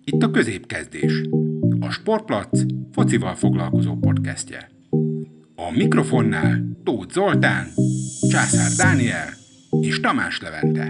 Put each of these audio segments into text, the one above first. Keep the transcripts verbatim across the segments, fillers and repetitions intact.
Itt a Középkezdés, a Sportplac focival foglalkozó podcastje. A mikrofonnál Tóth Zoltán, Császár Dániel és Tamás Levente.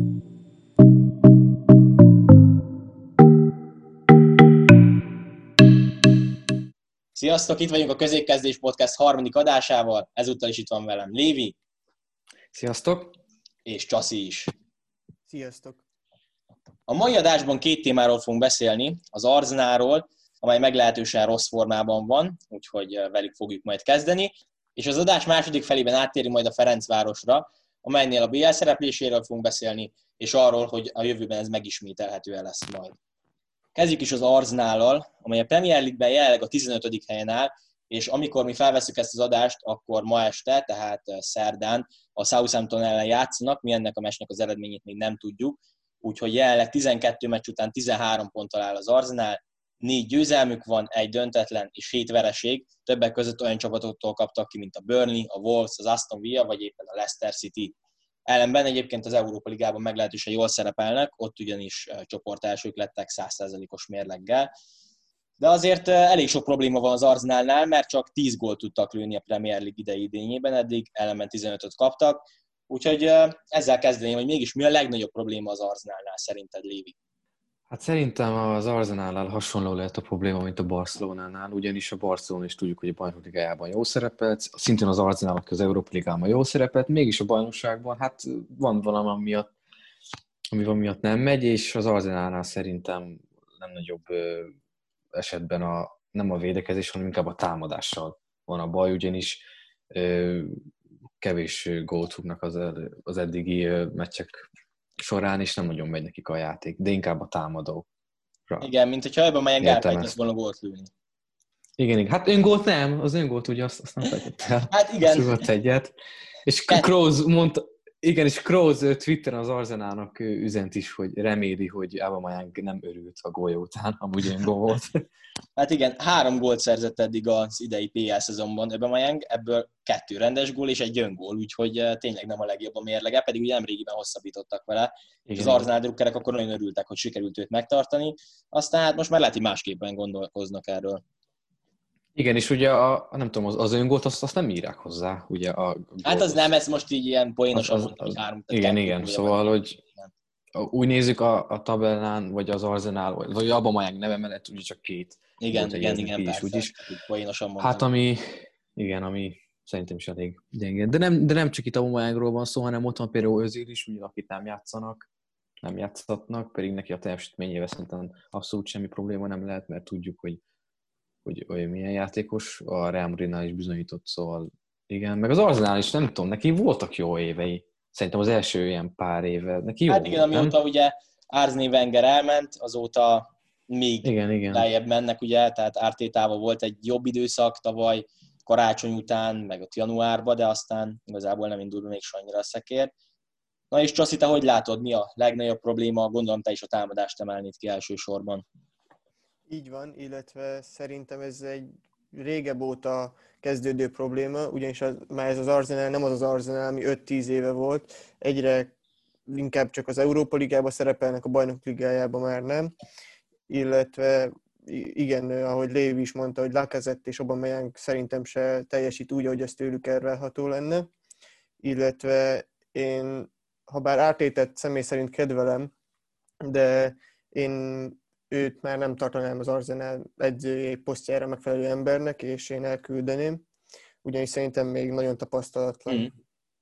Sziasztok, itt vagyunk a Középkezdés Podcast harmadik adásával, ezúttal is itt van velem Lévi. Sziasztok! És Csaszi is. Sziasztok! A mai adásban két témáról fogunk beszélni, az Arsenalról, amely meglehetősen rossz formában van, úgyhogy velük fogjuk majd kezdeni, és az adás második felében áttérünk majd a Ferencvárosra, amelynél a bé el szerepléséről fogunk beszélni, és arról, hogy a jövőben ez megismételhető lesz majd. Kezdjük is az Arsenallal, amely a Premier League-ben jelenleg a tizenötödik helyen áll, és amikor mi felveszünk ezt az adást, akkor ma este, tehát szerdán a Southampton ellen játszanak, mi ennek a meccsnek az eredményét még nem tudjuk, úgyhogy jelenleg tizenkét meccs után tizenhárom ponttal áll az Arsenal, négy győzelmük van, egy döntetlen és hét vereség, többek között olyan csapatoktól kaptak ki, mint a Burnley, a Wolves, az Aston Villa, vagy éppen a Leicester City. Ellenben egyébként az Európa Ligában meglehetősen jól szerepelnek, ott ugyanis csoportelsők lettek száz százalékos mérleggel. De azért elég sok probléma van az Arsenalnál, mert csak tíz gólt tudtak lőni a Premier League idei idényében, eddig ellenben tizenötöt kaptak. Úgyhogy ezzel kezdeném, hogy mégis mi a legnagyobb probléma az Arsenalnál szerinted, Lévi? Hát szerintem az Arsenalnál hasonló lehet a probléma, mint a Barcelonánál, ugyanis a Barcelona is tudjuk, hogy a bajnok ligájában jól szerepelt, szintén az Arsenal, aki az Európa Ligában jól szerepelt, mégis a bajnokságban hát van valami miatt, ami van miatt nem megy, és az Arsenalnál szerintem nem nagyobb esetben a, nem a védekezés, hanem inkább a támadással van a baj, ugyanis kevés gólt rúgnak az, az eddigi meccsek során, és nem nagyon megy nekik a játék, de inkább a támadókra. Igen, mint hogyha ebben melyen elfelejtett volna gólt lőni. Igen, igen. Hát öngólt nem, az öngólt ugye azt, azt nem felejtett el. Hát igen. Szúgott egyet. És Kroos mondta, igen, és Kroos Twitteren az Arsenalnak üzent is, hogy reméli, hogy Aubameyang nem örült a gólja után, amúgy öngól volt. Hát igen, három gólt szerzett eddig az idei pé el szezonban Aubameyang, ebből kettő rendes gól és egy öngól, úgyhogy tényleg nem a legjobb a mérlege, pedig ugye nemrégiben hosszabbítottak vele, igen, és az Arsenal drukkerek akkor nagyon örültek, hogy sikerült őt megtartani, aztán hát most már lehet, hogy másképpen gondolkoznak erről. Igen, és ugye a, nem tudom, az, az öngólt azt, azt nem írják hozzá, ugye a hát az nem, ez most így ilyen poénosan az, mondtam, az, hogy három. Igen, igen, szóval, hogy úgy nézzük a, a tabellán, vagy az Arsenal, vagy, vagy Aubameyang neve mellett ugye csak két. Igen, igen, igen, persze. Is, úgyis. Poénosan mondtam. Hát ami, igen, ami szerintem is elég gyenge. De nem, de nem csak itt Aubameyangról van szó, hanem ott van például Özil is, ugye, akit nem játszanak, nem játszatnak, pedig neki a teljesítményével szerintem abszolút semmi probléma nem lehet, mert tudjuk, hogy hogy olyan milyen játékos, a Real Madridnál is bizonyított, szóval igen, meg az Arsenal is, nem tudom, neki voltak jó évei, szerintem az első ilyen pár éve, neki jó hát igen, volt, amióta nem? Ugye Arsene Wenger elment, azóta még igen, igen. lejjebb mennek, ugye, tehát Artétával volt egy jobb időszak tavaly, karácsony után, meg ott januárban, de aztán igazából nem indul még annyira a szekér. Na és Csaszi, te hogy látod, mi a legnagyobb probléma? Gondolom te is a támadást emelnéd ki elsősorban. Így van, illetve szerintem ez egy régebb óta kezdődő probléma, ugyanis az, már ez az Arsenal nem az az Arsenal, ami öt-tíz éve volt, egyre inkább csak az Európa Ligában szerepelnek, a Bajnok Ligájában már nem, illetve igen, ahogy Lévi is mondta, hogy Lacazette és Aubameyang szerintem se teljesít úgy, ahogy ez tőlük elvárható lenne, illetve én, ha bár Artétát személy szerint kedvelem, de én őt már nem tartanám az Arsenal edzői posztjára megfelelő embernek, és én elküldeném, ugyanis szerintem még nagyon tapasztalatlan. Mm.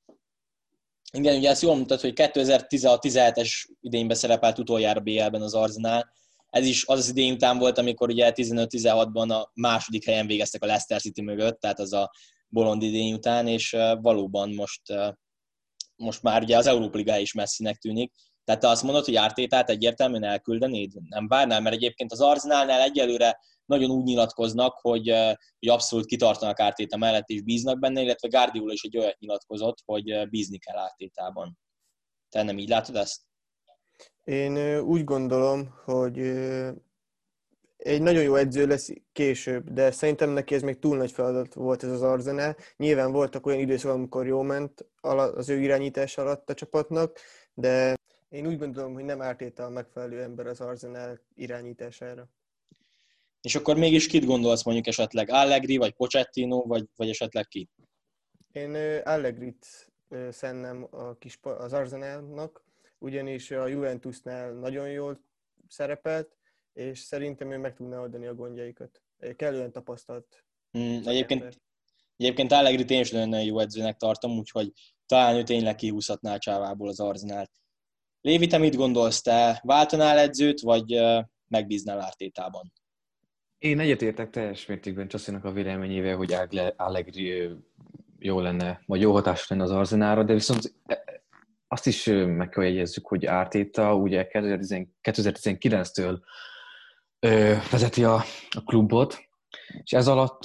Igen, ugye ezt jól mondtad, hogy kétezer-tizenhat-tizenhetes idényben szerepelt utoljára bé el-ben az Arsenal. Ez is az az idény után volt, amikor ugye tizenöt-tizenhatban a második helyen végeztek a Leicester City mögött, tehát az a bolond idény után, és valóban most, most már ugye az Európa Liga is messzinek tűnik. Tehát te azt mondod, hogy Artétát egyértelműen elküldenéd? Nem várnál? Mert egyébként az Arsenalnál egyelőre nagyon úgy nyilatkoznak, hogy, hogy abszolút kitartanak Artéta mellett és bíznak benne, illetve Guardiola is egy olyat nyilatkozott, hogy bízni kell Artétában. Te nem így látod ezt? Én úgy gondolom, hogy egy nagyon jó edző lesz később, de szerintem neki ez még túl nagy feladat volt ez az Arsenal. Nyilván voltak olyan időszak, amikor jól ment az ő irányítás alatt a csapatnak, de Én úgy gondolom, hogy nem Arteta a megfelelő ember az Arsenal irányítására. És akkor mégis kit gondolsz, mondjuk esetleg Allegri, vagy Pochettino, vagy, vagy esetleg ki? Én Allegrit szennem a kis, az Arsenalnak, ugyanis a Juventusnál nagyon jól szerepelt, és szerintem ő meg tudná oldani a gondjaikat. Kellően tapasztalt. Hmm, egyébként, egyébként Allegrit én is nagyon jó edzőnek tartom, úgyhogy talán ő tényleg kihúzhatná a csávából az Arsenalt. Lévi, te mit gondolsz? Te váltanál edzőt, vagy megbíznál Artetában? Én egyetértek teljes mértékben Csasszinak a véleményével, hogy Allegri jó lenne, vagy jó hatás lenne az Arsenalra, de viszont azt is meg kell jegyezzük, hogy Arteta ugye kétezer-tizenkilenctől vezeti a, a klubot, és ez alatt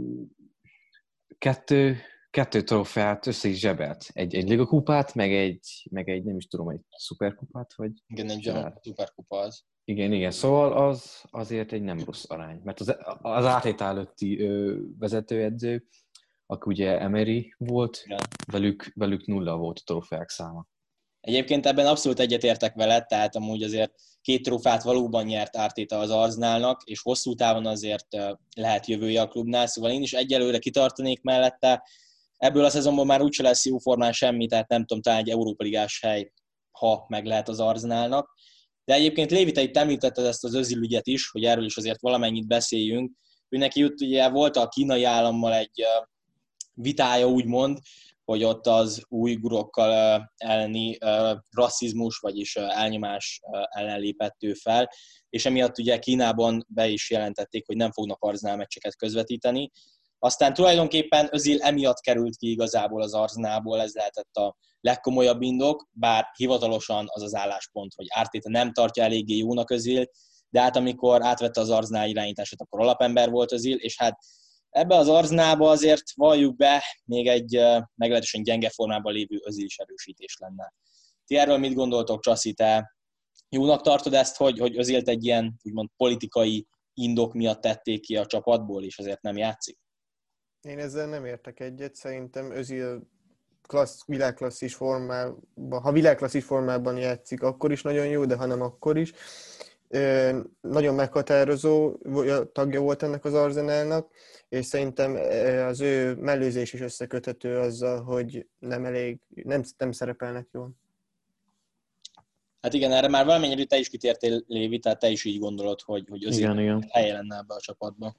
kettő, kettő trófeát össze is zsebelt. Egy, egy ligakupát, meg egy, meg egy, nem is tudom, egy szuperkupát, vagy... Igen, egy szuperkupa az. Igen, igen. Szóval az azért egy nem rossz arány. Mert az, az Arteta előtti ö, vezetőedző, aki ugye Emery volt, igen. velük, velük nulla volt a trófeák száma. Egyébként ebben abszolút egyetértek veled, tehát amúgy azért két trófát valóban nyert Arteta az Arsenalnak, és hosszú távon azért lehet jövője a klubnál, szóval én is egyelőre kitartanék mellette. Ebből a szezonból már úgyse lesz jó formán semmi, tehát nem tudom, talán egy Európa ligás hely, ha meg lehet az Arsenalnak. De egyébként Lévi, te itt említetted ezt az Özil ügyet is, hogy erről is azért valamennyit beszéljünk. Ő neki ugye volt a kínai állammal egy vitája, úgymond, hogy ott az újgurokkal elleni rasszizmus, vagyis elnyomás ellen lépett ő fel, és emiatt ugye Kínában be is jelentették, hogy nem fognak Arsenal meccseket közvetíteni. Aztán tulajdonképpen Özil emiatt került ki igazából az Arsenalból, ez lehetett a legkomolyabb indok, bár hivatalosan az az álláspont, hogy Arteta nem tartja eléggé jónak Özilt, de hát amikor átvette az Arsenal irányítását, akkor alapember volt Özil, és hát ebbe az Arsenalba azért valljuk be, még egy meglehetősen gyenge formában lévő Özil is erősítés lenne. Ti erről mit gondoltok, Csassi, te jónak tartod ezt, hogy, hogy Özilt egy ilyen úgymond politikai indok miatt tették ki a csapatból, és azért nem játszik? Én ezzel nem értek egyet, szerintem Özil klassz, világklasszis formában, ha világklasszis formában játszik, akkor is nagyon jó, de ha nem, akkor is. Nagyon meghatározó tagja volt ennek az Arsenalnak, és szerintem az ő mellőzés is összeköthető azzal, hogy nem elég, nem, nem szerepelnek jól. Hát igen, erre már valamennyire te is kitértél, Lévi, tehát te is így gondolod, hogy, hogy Özil helye lenne ebbe a csapatba.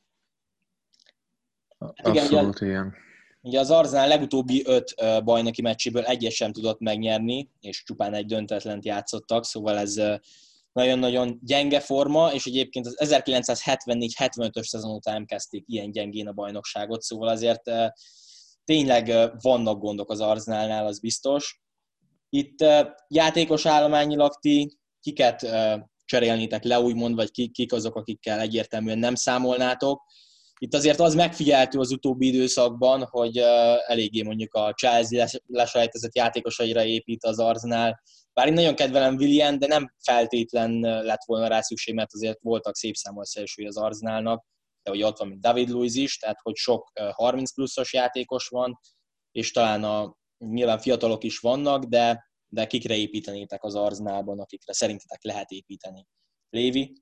Hát igen, abszolút, ugye, igen. Ugye az Arsenal legutóbbi öt bajnoki meccséből egyet sem tudott megnyerni, és csupán egy döntetlent játszottak, szóval ez nagyon-nagyon gyenge forma, és egyébként az ezerkilencszázhetvennégy hetvenötös szezon után nem kezdték ilyen gyengén a bajnokságot, szóval azért tényleg vannak gondok az Arsenalnál, az biztos. Itt játékos állományilag ti kiket cserélnétek le, úgymond, vagy kik azok, akikkel egyértelműen nem számolnátok. Itt azért az megfigyeltő az utóbbi időszakban, hogy eléggé mondjuk a Chelsea leselejtezett játékosaira épít az Arsenal. Bár én nagyon kedvelem Willian, de nem feltétlen lett volna rá szükség, mert azért voltak szép számos szélsői az Arsenalnak, de hogy ott van, mint David Luiz is, tehát hogy sok harminc pluszos játékos van, és talán a, nyilván fiatalok is vannak, de, de kikre építenétek az Arsenalban, akikre szerintetek lehet építeni. Lévi?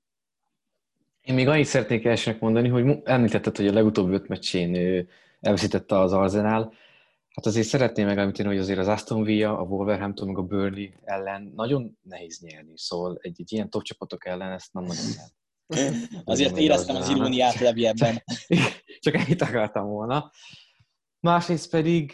Én még annyit szeretnék elsőnek mondani, hogy említetted, hogy a legutóbbi öt meccsén elveszítette az Arsenal. Hát azért szeretném megemlíteni, hogy azért az Aston Villa, a Wolverhampton, meg a Burnley ellen nagyon nehéz nyerni. Szóval egy, egy ilyen top csapatok ellen ezt nem nagyon lehet. Azért éreztem az iróniát Levi ebben. Csak ennyit akartam volna. Másrészt pedig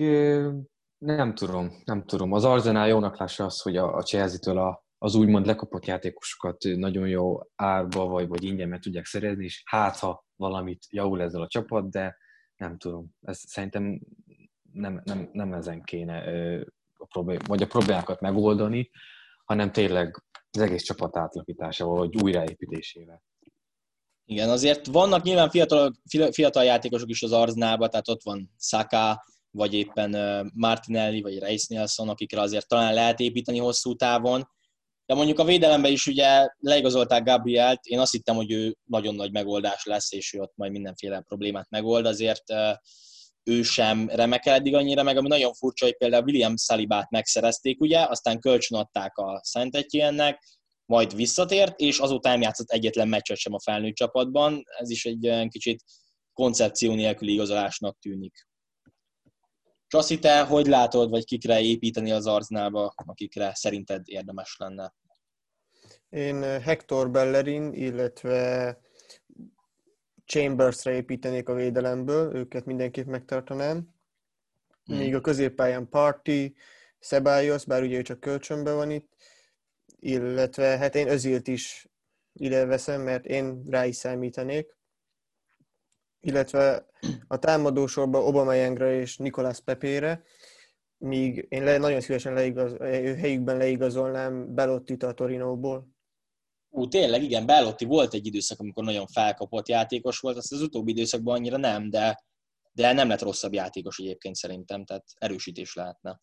nem tudom, nem tudom. Az Arsenal jónak lássa az, hogy a, a Chelsea-től a az úgymond lekapott játékosokat nagyon jó árba vagy, vagy ingyen meg tudják szerezni, és hát ha valamit javul ezzel a csapat, de nem tudom. Ez szerintem nem, nem, nem ezen kéne a problém, vagy a problémákat megoldani, hanem tényleg az egész csapat átalakításával, vagy újraépítésével. Igen, azért vannak nyilván fiatal, fiatal játékosok is az Arsenalban, tehát ott van Saka, vagy éppen Martinelli, vagy Reiss Nelson, akikre azért talán lehet építeni hosszú távon. De mondjuk a védelemben is ugye leigazolták Gabrielt, én azt hittem, hogy ő nagyon nagy megoldás lesz, és ő ott majd mindenféle problémát megold, azért ő sem remekel eddig annyira, meg ami nagyon furcsa, hogy például William Salibát megszerezték, ugye, aztán kölcsönadták a Saint Etienne-nek, majd visszatért, és azóta nem játszott egyetlen meccset sem a felnőtt csapatban. Ez is egy olyan kicsit koncepció nélküli igazolásnak tűnik. Csaszi, te hogy látod, vagy kikre építeni az Arsenalba, akikre szerinted érdemes lenne? Én Hector Bellerin, illetve Chambersre építenék a védelemből, őket mindenképp megtartanám. Hmm. Még a középpályán Partey, Ceballos, bár ugye ő csak kölcsönben van itt, illetve hát én Özilt is ide veszem, mert én rá is számítanék. Illetve a támadósorban Aubameyangra és Nicolas Pepére, míg én le, nagyon szívesen leigaz, ő helyükben leigazolnám Belottit a Torinóból. Ú, tényleg, igen, Belotti volt egy időszak, amikor nagyon felkapott játékos volt, azt az utóbbi időszakban annyira nem, de, de nem lett rosszabb játékos egyébként szerintem, tehát erősítés lehetne.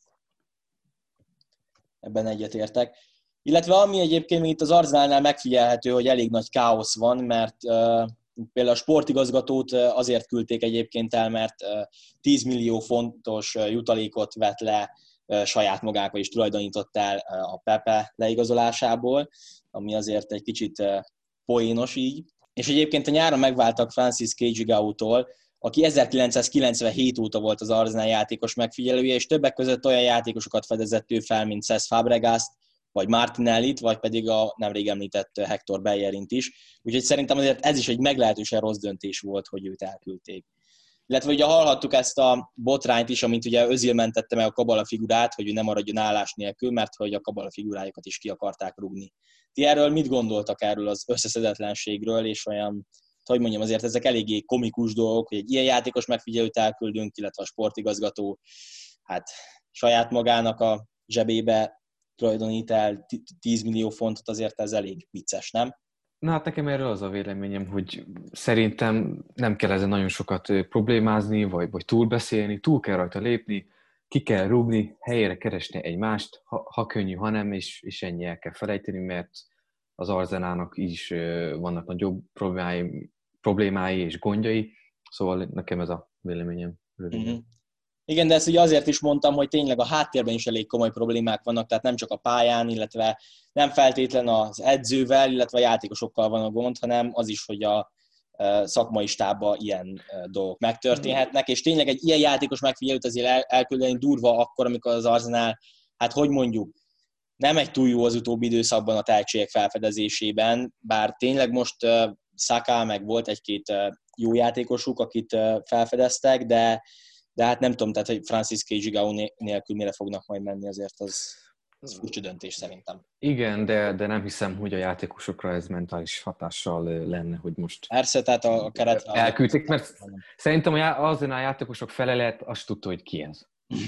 Ebben egyetértek. Illetve ami egyébként még itt az Arsenalnál megfigyelhető, hogy elég nagy káosz van, mert uh, például a sportigazgatót azért küldték egyébként el, mert uh, tíz millió fontos jutalékot vett le uh, saját magának, vagyis tulajdonított el uh, a Pepe leigazolásából, ami azért egy kicsit uh, poénos így. És egyébként a nyáron megváltak Francis Kejigao-tól, aki ezerkilencszázkilencvenhét óta volt az Arsenal játékos megfigyelője, és többek között olyan játékosokat fedezett ő fel, mint Cesc Fabregas-t, vagy Martinellit, vagy pedig a nemrég említett Hector Bellerint is. Úgyhogy szerintem azért ez is egy meglehetősen rossz döntés volt, hogy őt elküldték. Illetve ugye hallhattuk ezt a botrányt is, amint ugye Özil mentette meg a Kabala figurát, hogy ő nem maradjon állás nélkül, mert hogy a Kabala figurájukat is ki akarták rúgni. Ti erről mit gondoltak erről az összeszedetlenségről, és olyan, hogy mondjam, azért ezek eléggé komikus dolgok, hogy egy ilyen játékos megfigyelőt elküldünk, illetve a sportigazgató hát saját magának a zsebébe tulajdonít el tíz millió fontot, azért ez elég vicces, nem? Na hát nekem erről az a véleményem, hogy szerintem nem kell ezen nagyon sokat problémázni, vagy, vagy túlbeszélni, túl kell rajta lépni, ki kell rúgni, helyére keresni egy mást, ha, ha könnyű, ha nem, és, és ennyi el kell felejteni, mert az Arsenalnak is vannak nagyobb problémái, problémái és gondjai, szóval nekem ez a véleményem. Mm-hmm. Igen, de ezt ugye azért is mondtam, hogy tényleg a háttérben is elég komoly problémák vannak, tehát nem csak a pályán, illetve nem feltétlen az edzővel, illetve a játékosokkal van a gond, hanem az is, hogy a szakmai stábban ilyen dolgok megtörténhetnek, és tényleg egy ilyen játékos megfigyelőt azért elküldeni durva akkor, amikor az Arsenal, hát hogy mondjuk, nem egy túl jó az utóbbi időszakban a tehetségek felfedezésében, bár tényleg most Saka meg volt egy-két jó játékosuk, akit felfedeztek, de de hát nem tudom, tehát, hogy Francis Kejigao nélkül mire fognak majd menni, azért az, az furcsa döntés szerintem. Igen, de, de nem hiszem, hogy a játékosokra ez mentális hatással lenne, hogy most Persze, tehát a, a keretre... elküldték, mert szerintem azon a játékosok fele lehet, azt tudta, hogy ki ez.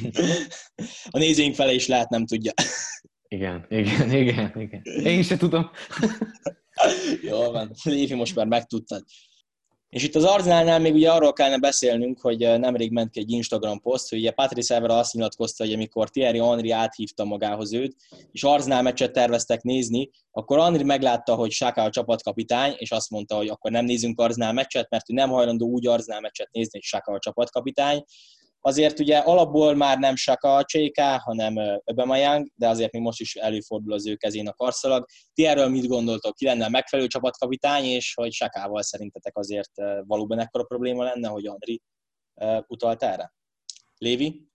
A nézőink fele is lehet, nem tudja. Igen, igen, igen, igen. Én se tudom. Jól van, Lévi, most már megtudtad. És itt az Arsenalnál még ugye arról kellene beszélnünk, hogy nemrég ment ki egy Instagram poszt, hogy ugye Patrice Evra azt nyilatkozta, hogy amikor Thierry Henry áthívta magához őt, és Arsenal meccset terveztek nézni, akkor Henry meglátta, hogy Xhaka a csapatkapitány, és azt mondta, hogy akkor nem nézünk Arsenal meccset, mert ő nem hajlandó úgy Arsenal meccset nézni, hogy Xhaka a csapatkapitány. Azért ugye alapból már nem Xhaka a cséká, hanem Aubameyang, de azért még most is előfordul az ő kezén a karszalag. Ti erről mit gondoltok? Ki lenne a megfelelő csapatkapitány, és hogy Xhakával szerintetek azért valóban ekkora probléma lenne, hogy Henry utalt erre? Lévi?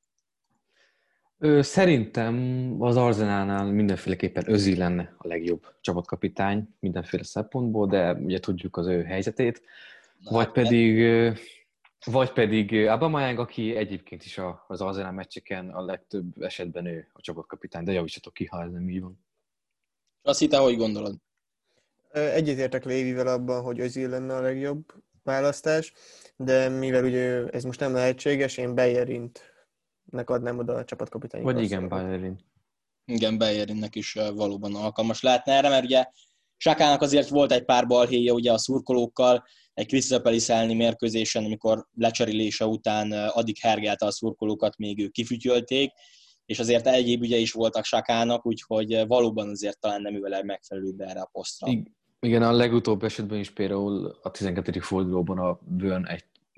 Szerintem az Arsenalnál mindenféleképpen Özil lenne a legjobb csapatkapitány mindenféle szempontból, de ugye tudjuk az ő helyzetét. Na, vagy pedig... Vagy pedig Aubameyang, aki egyébként is az Arsenal meccseken a legtöbb esetben ő a csapatkapitány, de javítsatok ki, ha ez nem így van. Azt hitte, hogy gondolod? Egyetértek Lévivel abban, hogy Özil lenne a legjobb választás, de mivel ugye ez most nem lehetséges, én Bellerintnek adnám oda a csapatkapitány. Vagy igen, Bellerin. Igen, Bellerinnek is valóban alkalmas lehetne erre, mert ugye Xhakának azért volt egy pár balhéja ugye a szurkolókkal, egy Crystal Palace elleni mérkőzésen, amikor lecserélése után addig hergelte a szurkolókat, még ők kifütyölték, és azért egyéb ügye is voltak Xhakának, úgyhogy valóban azért talán nem ő megfelelőbb erre a posztra. Igen, a legutóbb esetben is például a tizenkettedik fordulóban a Bön egy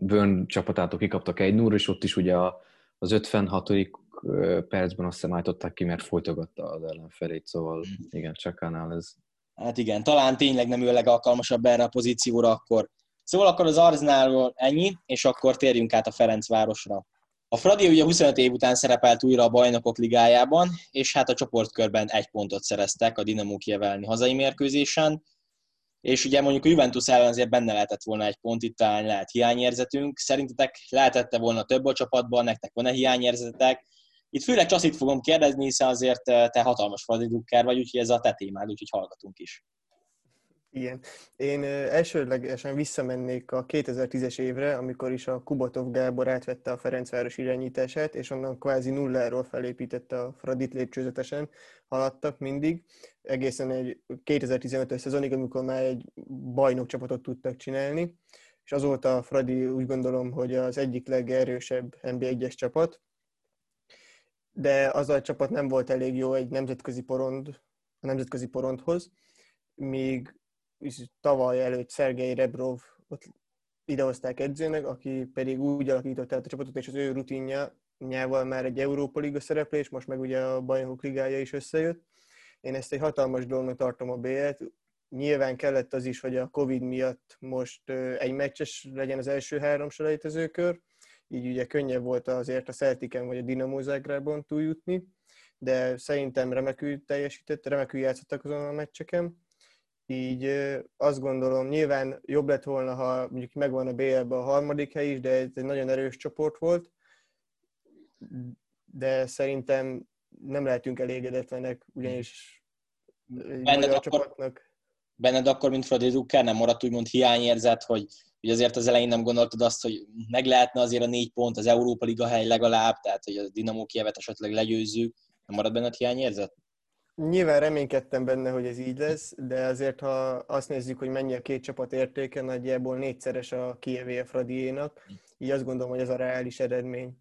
Bern csapatától kikaptak egy nulla, és ott is ugye az ötvenhatodik percben azt hiszem állították ki, mert folytogatta az ellenfelét, szóval igen, Csakánál ez. Hát igen, talán tényleg nem ő a legalkalmasabb erre a pozícióra akkor. Szóval akkor az Arsenalról ennyi, és akkor térjünk át a Ferencvárosra. A Fradi ugye huszonöt év után szerepelt újra a Bajnokok Ligájában, és hát a csoportkörben egy pontot szereztek a Dinamo Kijev elleni hazai mérkőzésen, és ugye mondjuk a Juventus ellen azért benne lehetett volna egy pont, itt talán lehet hiányérzetünk. Szerintetek lehetette volna több a csapatban, nektek van-e hiányérzetek? Itt főleg Csasszit fogom kérdezni, hiszen azért te hatalmas Fradi drukker vagy, úgyhogy ez a te témád, úgyhogy hallgatunk is. Igen. Én elsődlegesen visszamennék a kétezer-tízes évre, amikor is a Kubatov Gábor átvette a Ferencváros irányítását, és onnan kvázi nulláról felépítette a Fradit, lépcsőzetesen haladtak mindig, egészen egy kétezer-tizenötös szezonig, amikor már egy bajnokcsapatot tudtak csinálni, és azóta a Fradi úgy gondolom, hogy az egyik legerősebb en bé egyes csapat, de az a csapat nem volt elég jó egy nemzetközi porond, a nemzetközi porondhoz, míg tavaly előtt Szergej Rebrov ott idehozták edzőnek, aki pedig úgy alakította át a csapatot, és az ő rutinjával már egy Európa Liga szereplés, most meg ugye a Bajnokok Ligája is összejött. Én ezt egy hatalmas dolognak tartom a bé el-t. Nyilván kellett az is, hogy a Covid miatt most egy meccses legyen az első három selejtezőkör, így ugye könnyebb volt azért a Celticen vagy a Dinamo Zágrábon túljutni, de szerintem remekül teljesített, remekül játszottak azon a meccseken. Így azt gondolom, nyilván jobb lett volna, ha mondjuk megvan a bé el-ben a harmadik hely is, de ez egy nagyon erős csoport volt, de szerintem nem lehetünk elégedetlenek, ugyanis egy Benned magyar akkor, csapatnak... Benned akkor, mint Fradi drukker, nem maradt úgymond hiányérzet, hogy, hogy azért az elején nem gondoltad azt, hogy meg lehetne azért a négy pont, az Európa Liga hely legalább, tehát hogy a Dinamo Kijevet esetleg legyőzzük, nem maradt benned hiányérzet? Nyilván reménykedtem benne, hogy ez így lesz, de azért, ha azt nézzük, hogy mennyi a két csapat értéke, nagyjából négyszeres a Kijevé a Fradiénak, így azt gondolom, hogy ez a reális eredmény.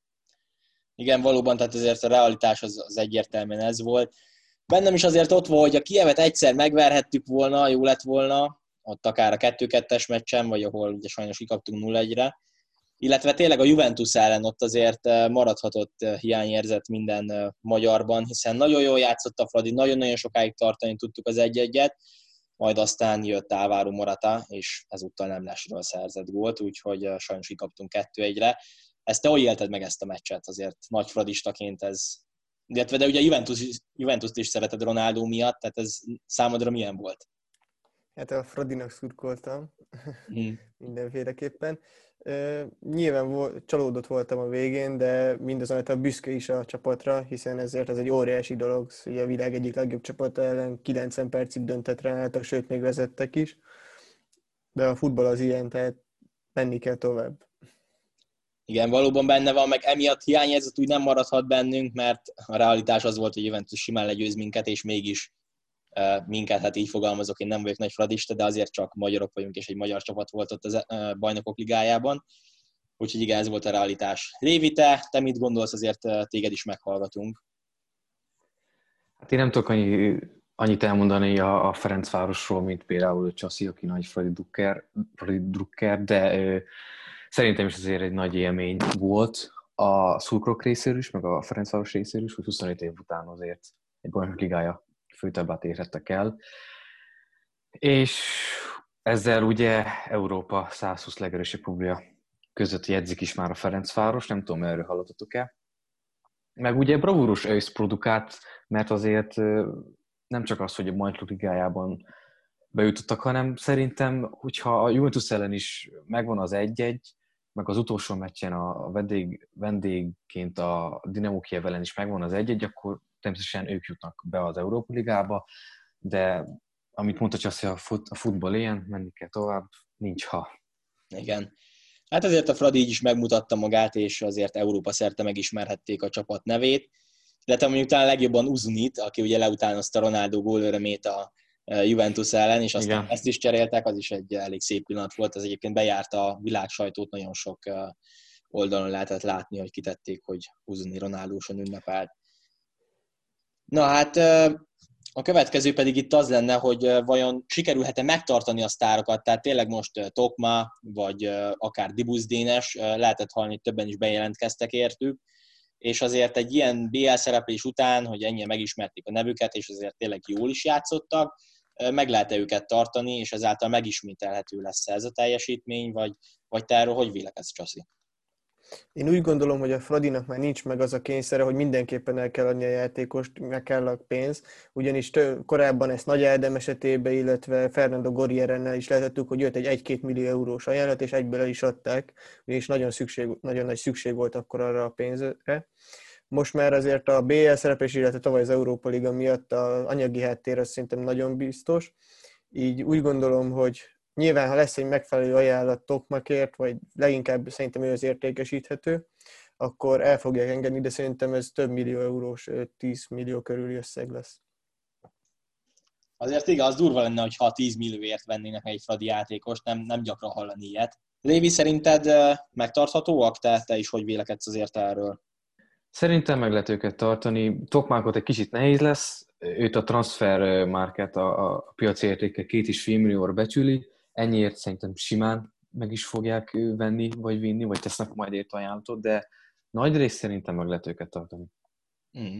Igen, valóban, tehát azért a realitás az, az egyértelműen ez volt. Bennem is azért ott volt, hogy a Kijevet egyszer megverhettük volna, jó lett volna, ott akár a kettő kettes meccsen, vagy ahol ugye sajnos kikaptunk nulla egyre. Illetve tényleg a Juventus ellen ott azért maradhatott hiányérzet minden magyarban, hiszen nagyon jól játszott a Fradi, nagyon-nagyon sokáig tartani tudtuk az egy-egyet, majd aztán jött Álvaro Morata, és ezúttal nem Lesről szerzett gólt, úgyhogy sajnos kikaptunk kettő egyre. Ezt te hogy élted meg ezt a meccset? Azért nagy fradistaként ez... Illetve, de ugye Juventus, Juventust is szereted Ronaldo miatt, tehát ez számodra milyen volt? Hát a Fradinak szurkoltam, Hmm. mindenféleképpen. Uh, nyilván volt, csalódott voltam a végén, de mindazonáltal büszke is a csapatra, hiszen ezért ez egy óriási dolog. Ugye a világ egyik legjobb csapata ellen kilencven percig döntett rá, sőt még vezettek is. De a futball az ilyen, tehát menni kell tovább. Igen, valóban benne van, meg emiatt hiányérzet úgy nem maradhat bennünk, mert a realitás az volt, hogy Juventus simán legyőz minket, és mégis uh, minket, hát így fogalmazok, én nem vagyok nagy fradista, de azért csak magyarok vagyunk, és egy magyar csapat volt ott a uh, Bajnokok Ligájában. Úgyhogy igen, ez volt a realitás. Lévi, te, te mit gondolsz, azért uh, téged is meghallgatunk. Hát én nem tudok annyi, annyit elmondani a, a Ferencvárosról, mint például Csaszi, aki nagy Fradi drukker, Fradi drukker, de uh, szerintem is azért egy nagy élmény volt a szurkolók részéről is, meg a Ferencváros részéről is, hogy huszonöt év után azért egy Bajnok Ligája főtáblát érhettek el. És ezzel ugye Európa száz húsz legerősebb klubja között jegyzik is már a Ferencváros, nem tudom, erről hallottatok-e. Meg ugye bravúros ősz produkált, mert azért nem csak az, hogy a Bajnok Ligájában bejutottak, hanem szerintem, hogyha a Juventus ellen is megvan az egy-egy, meg az utolsó meccsen a vendég, vendégként a Dinamo Kijev ellen is megvan az egy-egy, akkor természetesen ők jutnak be az Európa Ligába, de amit mondta Csaszi, a, fut, a futball ilyen, menni kell tovább, nincs ha. Igen. Hát azért a Fradi így is megmutatta magát, és azért Európa szerte megismerhették a csapat nevét. Illetve mondjuk talán legjobban Uzunit, aki ugye leutánozta Ronaldo gólörömét a Juventus ellen, és aztán igen, ezt is cseréltek, az is egy elég szép pillanat volt, ez egyébként bejárta a világ sajtót, nagyon sok oldalon lehetett látni, hogy kitették, hogy Uzuni Ronaldóson ünnepelt. Na hát A következő pedig itt az lenne, hogy vajon sikerülhet-e megtartani a sztárokat, tehát tényleg most Tokma, vagy akár Dibusz Dénes, lehetett hallani, hogy többen is bejelentkeztek értük, és azért egy ilyen bé el szereplés után, hogy ennyien megismerték a nevüket, és azért tényleg jól is játszottak, meg lehet-e őket tartani, és ezáltal megismételhető lesz ez a teljesítmény, vagy, vagy te erről hogy vélekedsz, Csasi? Én úgy gondolom, hogy a Fradinak már nincs meg az a kényszere, hogy mindenképpen el kell adni a játékost, meg kell a pénz, ugyanis tő, korábban ezt Nagy Ádám esetében, illetve Fernando Gorrierennel is lehetettük, hogy jött egy egy-két millió eurós ajánlat, és egyből el is adták, és nagyon, szükség, nagyon nagy szükség volt akkor arra a pénzre. Most már azért a bé el szereplés, illetve tavaly az Európa Liga miatt az anyagi háttér az szerintem nagyon biztos, így úgy gondolom, hogy nyilván, ha lesz egy megfelelő ajánlat Tokmakért, vagy leginkább szerintem ő az értékesíthető, akkor el fogják engedni, de szerintem ez több millió eurós, tíz millió körüli összeg lesz. Azért igen, az durva lenne, hogyha tíz millióért vennének egy Fradi játékost, nem, nem gyakran hallani ilyet. Lévi, szerinted megtarthatóak? Te, te is hogy vélekedsz azért erről? Szerintem meg lehet őket tartani. Tokmákot egy kicsit nehéz lesz, őt a transfer market, a, a piaci értéke két és fél millióra becsüli, ennyiért szerintem simán meg is fogják venni, vagy vinni, vagy tesznek majd ért ajánlatot, de nagy rész szerintem meg lehet őket tartani. Mm.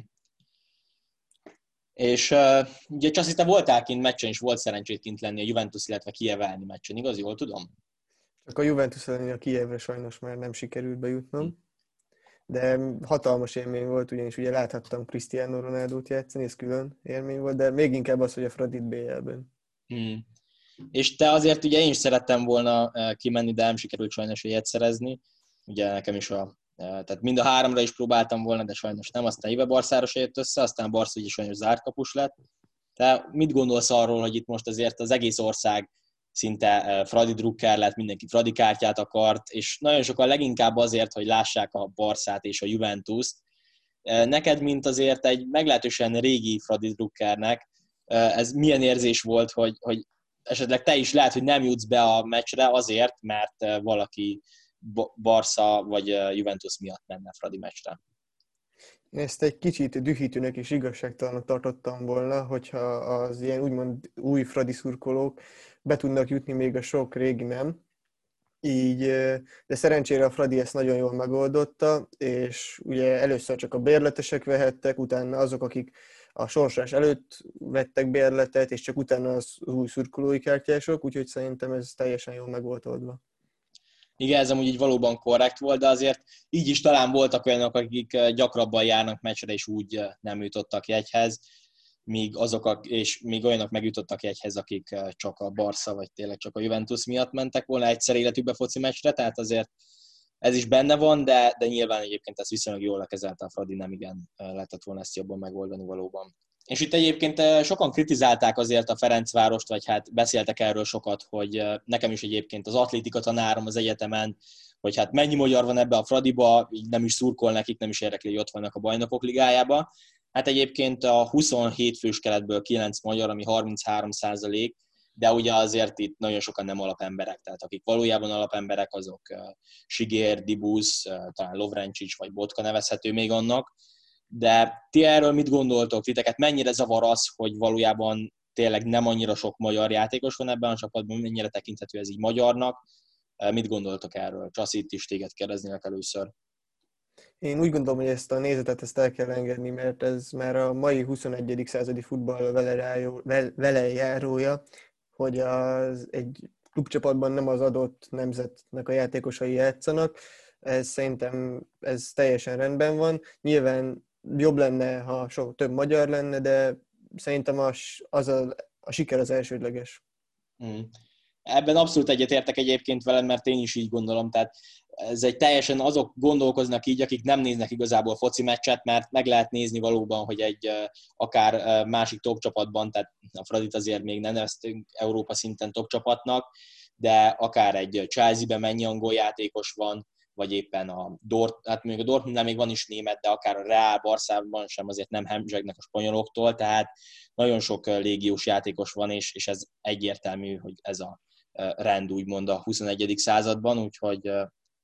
És uh, ugye Csasi, te voltál kint meccsen, és volt szerencsét kint lenni a Juventus, illetve Kijev elleni meccsen, igaz? Jól tudom? Csak a Juventus elleni a Kijevre sajnos már nem sikerült bejutnom, de hatalmas élmény volt, ugyanis ugye láthattam Cristiano Ronaldót játszani, ez külön élmény volt, de még inkább az, hogy a Fradit bé el-ben. Mm. És te azért ugye én is szerettem volna kimenni, de nem sikerült sajnos jegyet szerezni. Ugye nekem is a, tehát mind a háromra is próbáltam volna, de sajnos nem. Aztán Ive Barszáros jött össze, aztán Barca ugye sajnos zárt kapus lett. Te mit gondolsz arról, hogy itt most azért az egész ország szinte Fradi drukker lett, mindenki Fradi kártyát akart, és nagyon sokan leginkább azért, hogy lássák a Barszát és a Juventust. Neked, mint azért egy meglehetősen régi Fradi drukkernek, ez milyen érzés volt, hogy, hogy esetleg te is lehet, hogy nem jutsz be a meccsre azért, mert valaki Barca vagy Juventus miatt menne Fradi meccsre? Ezt egy kicsit dühítőnek és igazságtalannak tartottam volna, hogyha az ilyen úgymond új Fradi szurkolók be tudnak jutni, még a sok régi nem. Így, de szerencsére a Fradi ezt nagyon jól megoldotta, és ugye először csak a bérletesek vehettek, utána azok, akik a sorsolás előtt vettek bérletet, és csak utána az új szurkolói kártyások, úgyhogy szerintem ez teljesen jól meg volt oldva. Igen, ez amúgy így valóban korrekt volt, de azért így is talán voltak olyanok, akik gyakrabban járnak meccsre, és úgy nem jutottak jegyhez, míg azok, és még olyanok megjutottak jegyhez, akik csak a Barca, vagy tényleg csak a Juventus miatt mentek volna egyszer életükbe foci meccsre, tehát azért ez is benne van, de, de nyilván egyébként ezt viszonylag jól lekezelte a Fradi, nem igen lehetett volna ezt jobban megoldani valóban. És itt egyébként sokan kritizálták azért a Ferencvárost, vagy hát beszéltek erről sokat, hogy nekem is egyébként az atlétika tanárom az egyetemen, hogy hát mennyi magyar van ebbe a Fradiba, így nem is szurkol nekik, nem is érdekli, hogy ott vannak a Bajnokok Ligájába. Hát egyébként a huszonhét fős keretből kilenc magyar, ami harminchárom százalék, de ugye azért itt nagyon sokan nem alapemberek, tehát akik valójában alapemberek, azok Sigér, Dibusz, talán Lovrencsics vagy Botka nevezhető még annak. De ti erről mit gondoltok? Titeket mennyire zavar az, hogy valójában tényleg nem annyira sok magyar játékos van ebben a csapatban, mennyire tekinthető ez így magyarnak? Mit gondoltok erről? Csasi, itt is téged kérdeznélek először. Én úgy gondolom, hogy ezt a nézetet ezt el kell engedni, mert ez már a mai huszonegyedik századi futball vele járója, hogy az egy klubcsapatban nem az adott nemzetnek a játékosai játszanak. Ez szerintem ez teljesen rendben van. Nyilván jobb lenne, ha sok több magyar lenne, de szerintem az, az a, a siker az elsődleges. Mm. Ebben abszolút egyetértek egyébként velem, mert én is így gondolom. Tehát ez egy teljesen azok gondolkoznak így, akik nem néznek igazából foci meccset, mert meg lehet nézni valóban, hogy egy akár másik top csapatban, tehát a Fradit azért még nem neveztünk Európa szinten top csapatnak, de akár egy Chelsea-ben mennyi angol játékos van, vagy éppen a Dort, hát még a Dortmundnál még van is német, de akár a Real Barszában sem azért nem hemzsegnek a spanyoloktól, tehát nagyon sok légiós játékos van, és, és ez egyértelmű, hogy ez a rend úgymond a huszonegyedik században, úgyhogy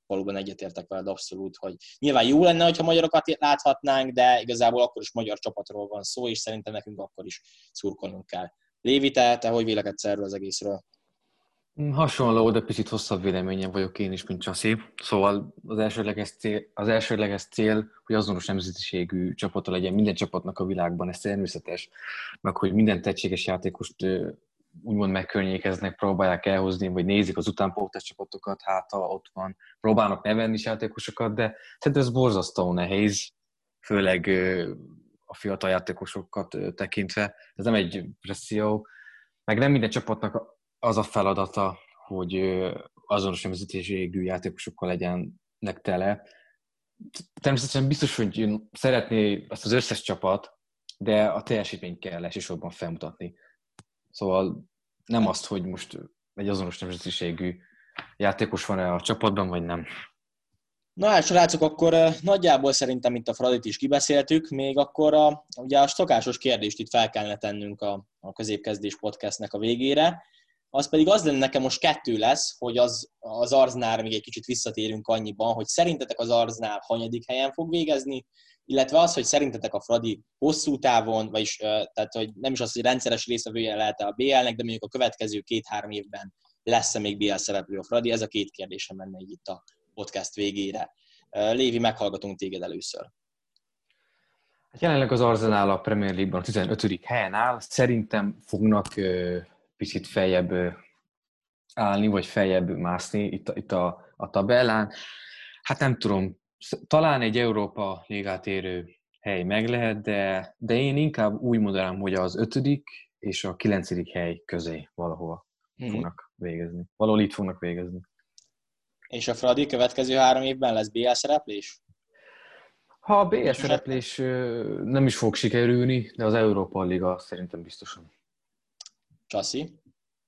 valóban egyetértek veled abszolút, hogy nyilván jó lenne, hogyha magyarokat láthatnánk, de igazából akkor is magyar csapatról van szó, és szerintem nekünk akkor is szurkolnunk kell. Lévi, te, te hogy vélekedsz erről az egészről? Hasonló, de picit hosszabb véleményen vagyok én is, mint Csasi. Szóval az elsődleges cél, az elsődleges cél, hogy azonos nemzetiségű csapata legyen minden csapatnak a világban, ez természetes, meg hogy minden tehetséges játékost úgymond megkörnyékeznek, próbálják elhozni, vagy nézik az utánpótlás csapatokat, hát ha ott van, próbálnak nevelni is játékosokat, de szerintem ez borzasztó nehéz, főleg a fiatal játékosokat tekintve. Ez nem egy presszió, meg nem minden csapatnak az a feladata, hogy azonos nemzetiségű játékosokkal legyenek tele. Természetesen biztos, hogy szeretné ezt az összes csapat, de a teljesítményt kell elsősorban felmutatni. Szóval nem azt, hogy most egy azonos nemzetiségű játékos van-e a csapatban, vagy nem. Na hát, srácok, akkor nagyjából szerintem itt a Fradit is kibeszéltük, még akkor a, ugye a stokásos kérdést itt fel kellene tennünk a, a Középkezdés podcastnek a végére. Az pedig az lenne, nekem most kettő lesz, hogy az, az Arsenalra még egy kicsit visszatérünk annyiban, hogy szerintetek az Arsenal hanyadik helyen fog végezni, illetve az, hogy szerintetek a Fradi hosszú távon, vagyis tehát, hogy nem is az, hogy rendszeres részvevője lehet-e a bé el-nek, de mondjuk a következő két-három évben lesz-e még bé el szereplő a Fradi, ez a két kérdésem menne így itt a podcast végére. Lévi, meghallgatunk téged először. Hát jelenleg az Arsenal a Premier League-ban a tizenötödik helyen áll, szerintem fognak picit feljebb állni, vagy feljebb mászni itt, itt a, a tabellán. Hát nem tudom, talán egy Európa Ligát érő hely meg lehet, de, de én inkább úgy mondanám, hogy az ötödik és a kilencedik hely közé valahol hmm. fognak végezni. Valahol itt fognak végezni. És a Fradi következő három évben lesz bé el szereplés? Ha a bé el szereplés nem is fog sikerülni, de az Európa Liga szerintem biztosan. Csasi?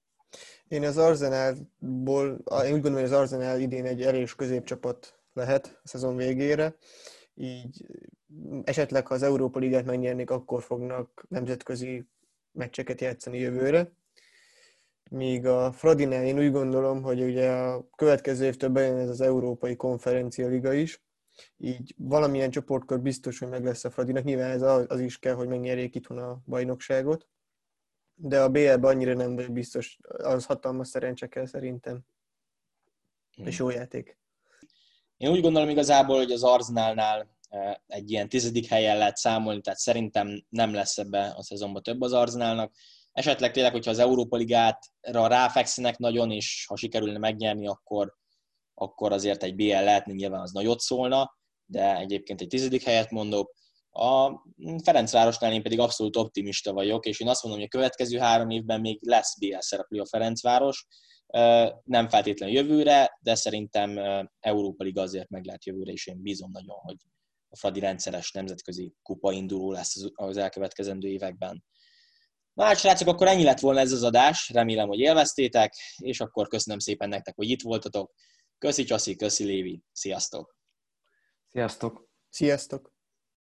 Én az Arsenalból, én úgy gondolom, hogy az Arsenal idén egy erős középcsapat lehet a szezon végére. Így esetleg, ha az Európa Ligát megnyernék, akkor fognak nemzetközi meccseket játszani jövőre. Míg a Fradinál én úgy gondolom, hogy ugye a következő évtől bejön ez az Európai Konferencia Liga is, így valamilyen csoportkör biztos, hogy meg lesz a Fradinak. Nyilván ez az, az is kell, hogy megnyerjék itthon a bajnokságot. De a bé el-ben annyira nem vagy biztos, az hatalmas szerencse kell szerintem. Hmm. És jó játék. Én úgy gondolom igazából, hogy az Arsenalnál egy ilyen tizedik helyen lehet számolni, tehát szerintem nem lesz ebbe a szezonban több az Arsenalnak. Esetleg tényleg, hogyha az Európa Ligátra ráfekszenek nagyon, és ha sikerülne megnyerni, akkor, akkor azért egy bé el lehetne, nyilván az nagyot szólna, de egyébként egy tizedik helyet mondok. A Ferencvárosnál én pedig abszolút optimista vagyok, és én azt mondom, hogy a következő három évben még lesz bé el szereplő a Ferencváros. Nem feltétlenül jövőre, de szerintem Európa Liga azért meg lehet jövőre, és én bízom nagyon, hogy a Fradi rendszeres nemzetközi kupa induló lesz az elkövetkezendő években. Na hát, srácok, akkor ennyi lett volna ez az adás, remélem, hogy élveztétek, és akkor köszönöm szépen nektek, hogy itt voltatok. Köszi Csasi, köszi Lévi, sziasztok! Sziasztok! Sziasztok!